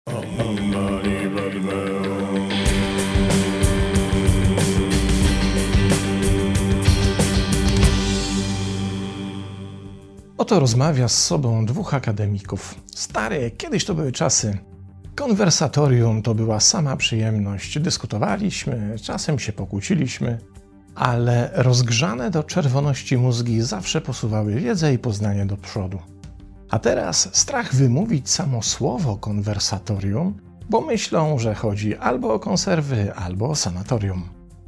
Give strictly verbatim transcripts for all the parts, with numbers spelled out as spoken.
Oto rozmawia z sobą dwóch akademików. Stary, kiedyś to były czasy. Konwersatorium to była sama przyjemność. Dyskutowaliśmy, czasem się pokłóciliśmy, ale rozgrzane do czerwoności mózgi zawsze posuwały wiedzę i poznanie do przodu. A teraz strach wymówić samo słowo konwersatorium, bo myślą, że chodzi albo o konserwy, albo o sanatorium.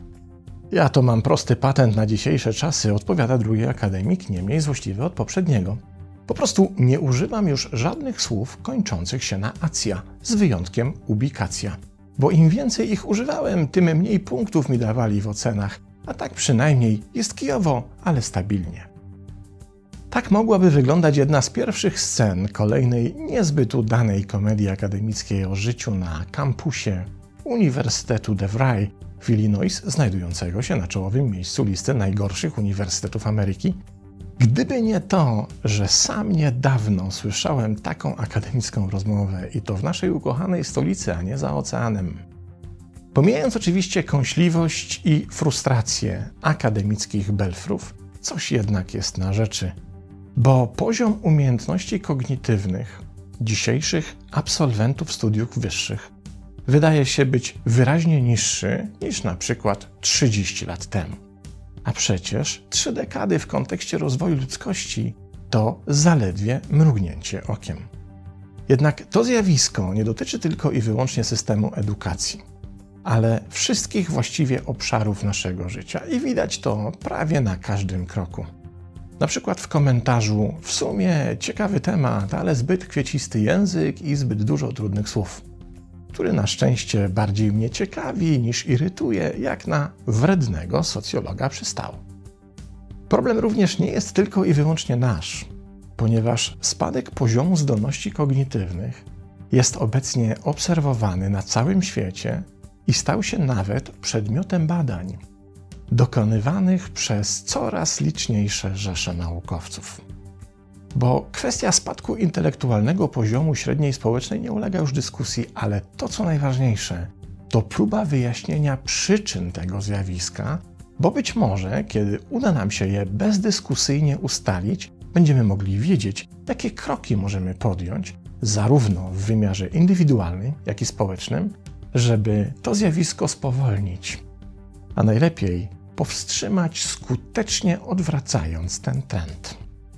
Ja to mam prosty patent na dzisiejsze czasy, odpowiada drugi akademik, nie mniej złośliwy od poprzedniego. Po prostu nie używam już żadnych słów kończących się na acja, z wyjątkiem ubikacja. Bo im więcej ich używałem, tym mniej punktów mi dawali w ocenach, a tak przynajmniej jest kijowo, ale stabilnie. Tak mogłaby wyglądać jedna z pierwszych scen kolejnej niezbyt udanej komedii akademickiej o życiu na kampusie Uniwersytetu DeVry w Illinois, znajdującego się na czołowym miejscu listy najgorszych uniwersytetów Ameryki, gdyby nie to, że sam niedawno słyszałem taką akademicką rozmowę i to w naszej ukochanej stolicy, a nie za oceanem. Pomijając oczywiście kąśliwość i frustrację akademickich belfrów, coś jednak jest na rzeczy, bo poziom umiejętności kognitywnych dzisiejszych absolwentów studiów wyższych wydaje się być wyraźnie niższy niż na przykład trzydzieści lat temu. A przecież trzy dekady w kontekście rozwoju ludzkości to zaledwie mrugnięcie okiem. Jednak to zjawisko nie dotyczy tylko i wyłącznie systemu edukacji, ale wszystkich właściwie obszarów naszego życia i widać to prawie na każdym kroku. Na przykład w komentarzu w sumie ciekawy temat, ale zbyt kwiecisty język i zbyt dużo trudnych słów, który na szczęście bardziej mnie ciekawi niż irytuje, jak na wrednego socjologa przystało. Problem również nie jest tylko i wyłącznie nasz, ponieważ spadek poziomu zdolności kognitywnych jest obecnie obserwowany na całym świecie i stał się nawet przedmiotem badań dokonywanych przez coraz liczniejsze rzesze naukowców. Bo kwestia spadku intelektualnego poziomu średniej społecznej nie ulega już dyskusji, ale to, co najważniejsze, to próba wyjaśnienia przyczyn tego zjawiska, bo być może, kiedy uda nam się je bezdyskusyjnie ustalić, będziemy mogli wiedzieć, jakie kroki możemy podjąć, zarówno w wymiarze indywidualnym, jak i społecznym, żeby to zjawisko spowolnić, a najlepiej powstrzymać, skutecznie odwracając ten trend.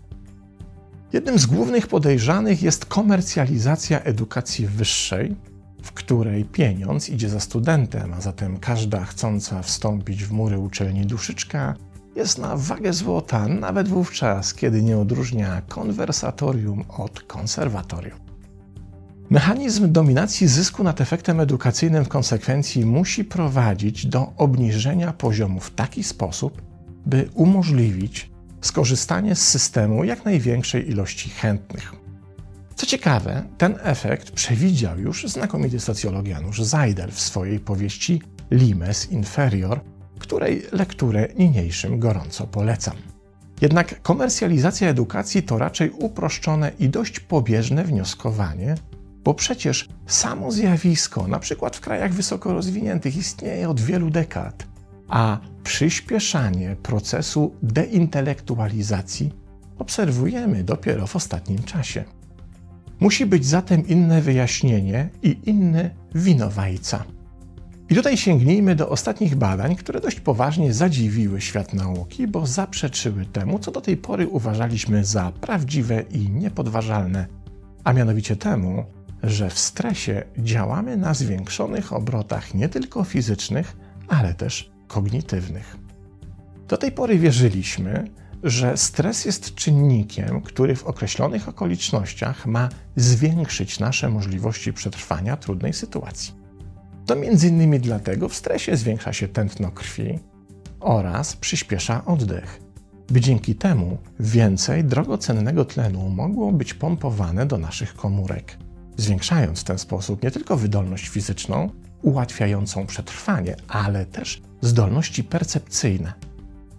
Jednym z głównych podejrzanych jest komercjalizacja edukacji wyższej, w której pieniądz idzie za studentem, a zatem każda chcąca wstąpić w mury uczelni duszyczka jest na wagę złota, nawet wówczas, kiedy nie odróżnia konwersatorium od konserwatorium. Mechanizm dominacji zysku nad efektem edukacyjnym w konsekwencji musi prowadzić do obniżenia poziomu w taki sposób, by umożliwić skorzystanie z systemu jak największej ilości chętnych. Co ciekawe, ten efekt przewidział już znakomity socjolog Janusz Zajdel w swojej powieści Limes Inferior, której lekturę niniejszym gorąco polecam. Jednak komercjalizacja edukacji to raczej uproszczone i dość pobieżne wnioskowanie, bo przecież samo zjawisko, na przykład w krajach wysoko rozwiniętych, istnieje od wielu dekad, a przyspieszanie procesu deintelektualizacji obserwujemy dopiero w ostatnim czasie. Musi być zatem inne wyjaśnienie i inny winowajca. I tutaj sięgnijmy do ostatnich badań, które dość poważnie zadziwiły świat nauki, bo zaprzeczyły temu, co do tej pory uważaliśmy za prawdziwe i niepodważalne, a mianowicie temu, że w stresie działamy na zwiększonych obrotach nie tylko fizycznych, ale też kognitywnych. Do tej pory wierzyliśmy, że stres jest czynnikiem, który w określonych okolicznościach ma zwiększyć nasze możliwości przetrwania trudnej sytuacji. To między innymi dlatego w stresie zwiększa się tętno krwi oraz przyspiesza oddech, by dzięki temu więcej drogocennego tlenu mogło być pompowane do naszych komórek, zwiększając w ten sposób nie tylko wydolność fizyczną, ułatwiającą przetrwanie, ale też zdolności percepcyjne.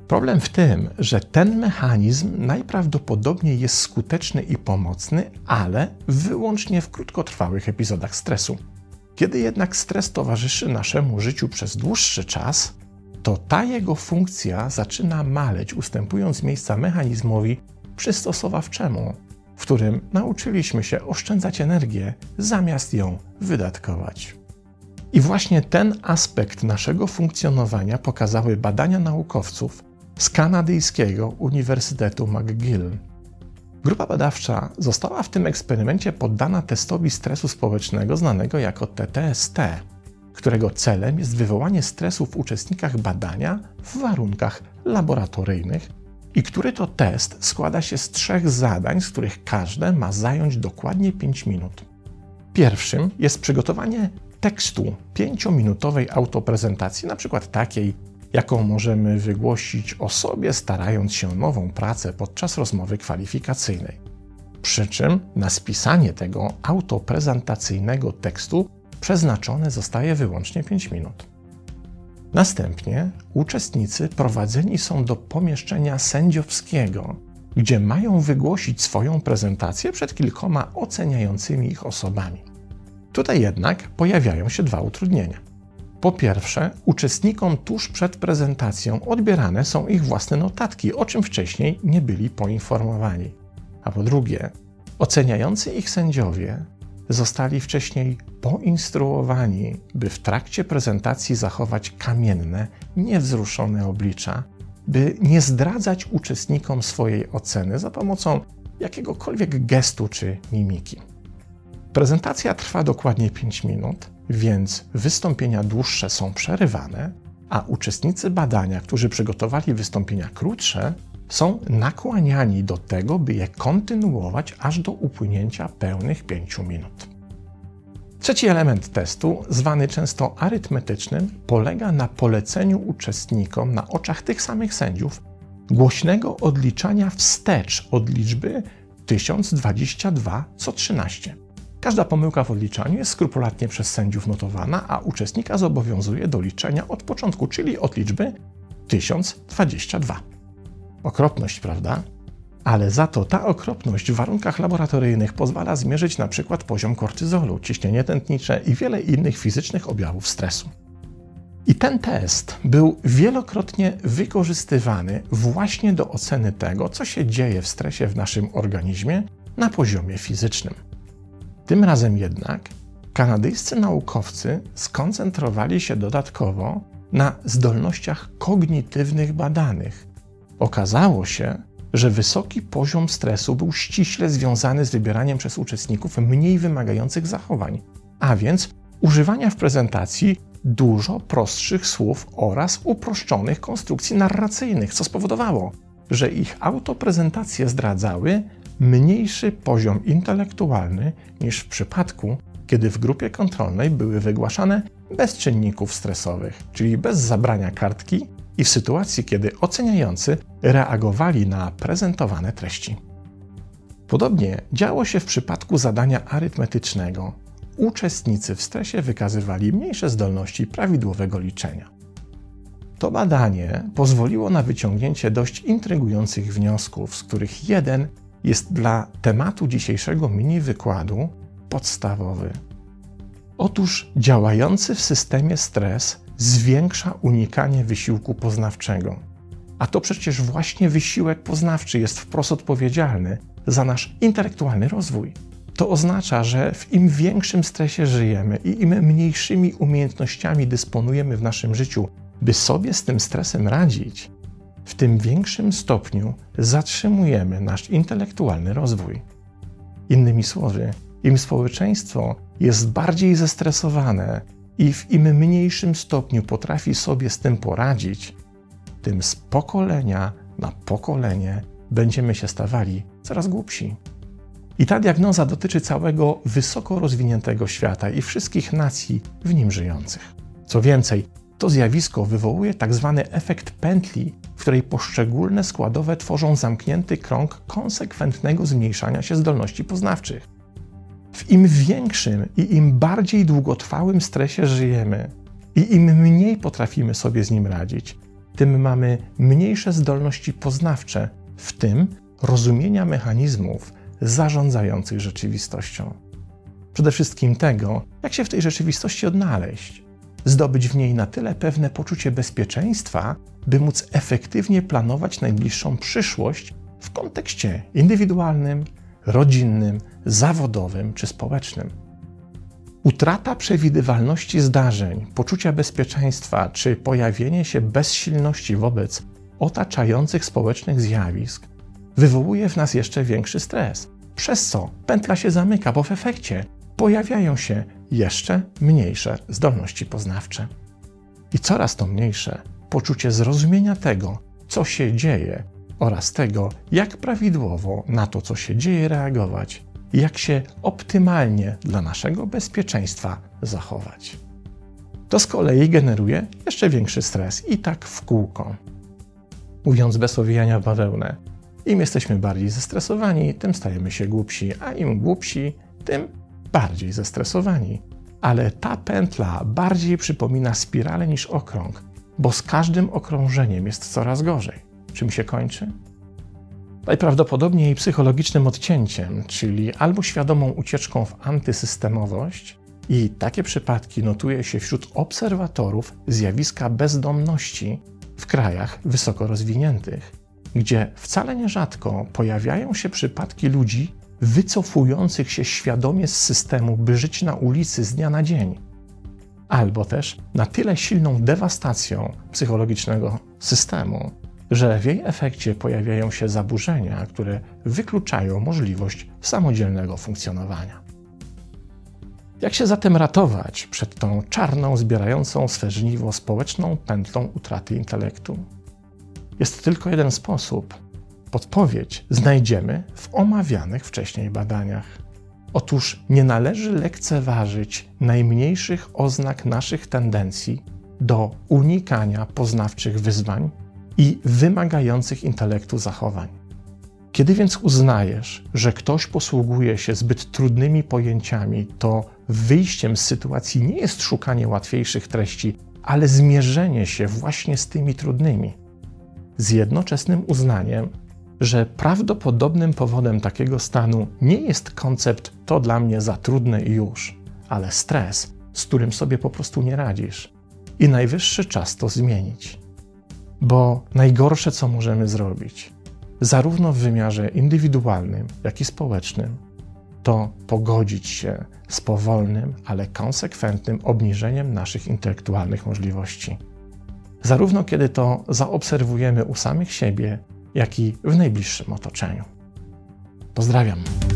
Problem w tym, że ten mechanizm najprawdopodobniej jest skuteczny i pomocny, ale wyłącznie w krótkotrwałych epizodach stresu. Kiedy jednak stres towarzyszy naszemu życiu przez dłuższy czas, to ta jego funkcja zaczyna maleć, ustępując miejsca mechanizmowi przystosowawczemu, w którym nauczyliśmy się oszczędzać energię, zamiast ją wydatkować. I właśnie ten aspekt naszego funkcjonowania pokazały badania naukowców z kanadyjskiego Uniwersytetu McGill. Grupa badawcza została w tym eksperymencie poddana testowi stresu społecznego znanego jako T T S T, którego celem jest wywołanie stresu w uczestnikach badania w warunkach laboratoryjnych i który to test składa się z trzech zadań, z których każde ma zająć dokładnie pięć minut. Pierwszym jest przygotowanie tekstu pięciominutowej autoprezentacji, na przykład takiej, jaką możemy wygłosić o sobie, starając się o nową pracę podczas rozmowy kwalifikacyjnej. Przy czym na spisanie tego autoprezentacyjnego tekstu przeznaczone zostaje wyłącznie pięć minut. Następnie uczestnicy prowadzeni są do pomieszczenia sędziowskiego, gdzie mają wygłosić swoją prezentację przed kilkoma oceniającymi ich osobami. Tutaj jednak pojawiają się dwa utrudnienia. Po pierwsze, uczestnikom tuż przed prezentacją odbierane są ich własne notatki, o czym wcześniej nie byli poinformowani. A po drugie, oceniający ich sędziowie zostali wcześniej poinstruowani, by w trakcie prezentacji zachować kamienne, niewzruszone oblicza, by nie zdradzać uczestnikom swojej oceny za pomocą jakiegokolwiek gestu czy mimiki. Prezentacja trwa dokładnie pięć minut, więc wystąpienia dłuższe są przerywane, a uczestnicy badania, którzy przygotowali wystąpienia krótsze, są nakłaniani do tego, by je kontynuować aż do upłynięcia pełnych pięciu minut. Trzeci element testu, zwany często arytmetycznym, polega na poleceniu uczestnikom na oczach tych samych sędziów głośnego odliczania wstecz od liczby tysiąc dwadzieścia dwa co trzynaście. Każda pomyłka w odliczaniu jest skrupulatnie przez sędziów notowana, a uczestnika zobowiązuje do liczenia od początku, czyli od liczby tysiąc dwadzieścia dwa. Okropność, prawda? Ale za to ta okropność w warunkach laboratoryjnych pozwala zmierzyć na przykład poziom kortyzolu, ciśnienie tętnicze i wiele innych fizycznych objawów stresu. I ten test był wielokrotnie wykorzystywany właśnie do oceny tego, co się dzieje w stresie w naszym organizmie na poziomie fizycznym. Tym razem jednak kanadyjscy naukowcy skoncentrowali się dodatkowo na zdolnościach kognitywnych badanych. Okazało się, że wysoki poziom stresu był ściśle związany z wybieraniem przez uczestników mniej wymagających zachowań, a więc używania w prezentacji dużo prostszych słów oraz uproszczonych konstrukcji narracyjnych, co spowodowało, że ich autoprezentacje zdradzały mniejszy poziom intelektualny niż w przypadku, kiedy w grupie kontrolnej były wygłaszane bez czynników stresowych, czyli bez zabrania kartki i w sytuacji, kiedy oceniający reagowali na prezentowane treści. Podobnie działo się w przypadku zadania arytmetycznego. Uczestnicy w stresie wykazywali mniejsze zdolności prawidłowego liczenia. To badanie pozwoliło na wyciągnięcie dość intrygujących wniosków, z których jeden jest dla tematu dzisiejszego mini wykładu podstawowy. Otóż działający w systemie stres zwiększa unikanie wysiłku poznawczego. A to przecież właśnie wysiłek poznawczy jest wprost odpowiedzialny za nasz intelektualny rozwój. To oznacza, że w im większym stresie żyjemy i im mniejszymi umiejętnościami dysponujemy w naszym życiu, by sobie z tym stresem radzić, w tym większym stopniu zatrzymujemy nasz intelektualny rozwój. Innymi słowy, im społeczeństwo jest bardziej zestresowane i w im mniejszym stopniu potrafi sobie z tym poradzić, tym z pokolenia na pokolenie będziemy się stawali coraz głupsi. I ta diagnoza dotyczy całego wysoko rozwiniętego świata i wszystkich nacji w nim żyjących. Co więcej, to zjawisko wywołuje tzw. efekt pętli, w której poszczególne składowe tworzą zamknięty krąg konsekwentnego zmniejszania się zdolności poznawczych. W im większym i im bardziej długotrwałym stresie żyjemy i im mniej potrafimy sobie z nim radzić, tym mamy mniejsze zdolności poznawcze, w tym rozumienia mechanizmów zarządzających rzeczywistością. Przede wszystkim tego, jak się w tej rzeczywistości odnaleźć, zdobyć w niej na tyle pewne poczucie bezpieczeństwa, by móc efektywnie planować najbliższą przyszłość w kontekście indywidualnym, rodzinnym, zawodowym czy społecznym. Utrata przewidywalności zdarzeń, poczucia bezpieczeństwa czy pojawienie się bezsilności wobec otaczających społecznych zjawisk wywołuje w nas jeszcze większy stres, przez co pętla się zamyka, bo w efekcie pojawiają się jeszcze mniejsze zdolności poznawcze. I coraz to mniejsze poczucie zrozumienia tego, co się dzieje oraz tego, jak prawidłowo na to, co się dzieje, reagować i jak się optymalnie dla naszego bezpieczeństwa zachować. To z kolei generuje jeszcze większy stres i tak w kółko. Mówiąc bez owijania w bawełnę, im jesteśmy bardziej zestresowani, tym stajemy się głupsi, a im głupsi, tym bardziej zestresowani. Ale ta pętla bardziej przypomina spiralę niż okrąg, bo z każdym okrążeniem jest coraz gorzej. Czym się kończy? Najprawdopodobniej psychologicznym odcięciem, czyli albo świadomą ucieczką w antysystemowość, i takie przypadki notuje się wśród obserwatorów zjawiska bezdomności w krajach wysoko rozwiniętych, gdzie wcale nierzadko pojawiają się przypadki ludzi wycofujących się świadomie z systemu, by żyć na ulicy z dnia na dzień, albo też na tyle silną dewastacją psychologicznego systemu, że w jej efekcie pojawiają się zaburzenia, które wykluczają możliwość samodzielnego funkcjonowania. Jak się zatem ratować przed tą czarną, zbierającą swe żniwo społeczną pętlą utraty intelektu? Jest tylko jeden sposób. Podpowiedź znajdziemy w omawianych wcześniej badaniach. Otóż nie należy lekceważyć najmniejszych oznak naszych tendencji do unikania poznawczych wyzwań i wymagających intelektu zachowań. Kiedy więc uznajesz, że ktoś posługuje się zbyt trudnymi pojęciami, to wyjściem z sytuacji nie jest szukanie łatwiejszych treści, ale zmierzenie się właśnie z tymi trudnymi. Z jednoczesnym uznaniem, że prawdopodobnym powodem takiego stanu nie jest koncept „to dla mnie za trudne i już”, ale stres, z którym sobie po prostu nie radzisz. I najwyższy czas to zmienić. Bo najgorsze, co możemy zrobić, zarówno w wymiarze indywidualnym, jak i społecznym, to pogodzić się z powolnym, ale konsekwentnym obniżeniem naszych intelektualnych możliwości. Zarówno kiedy to zaobserwujemy u samych siebie, jak i w najbliższym otoczeniu. Pozdrawiam.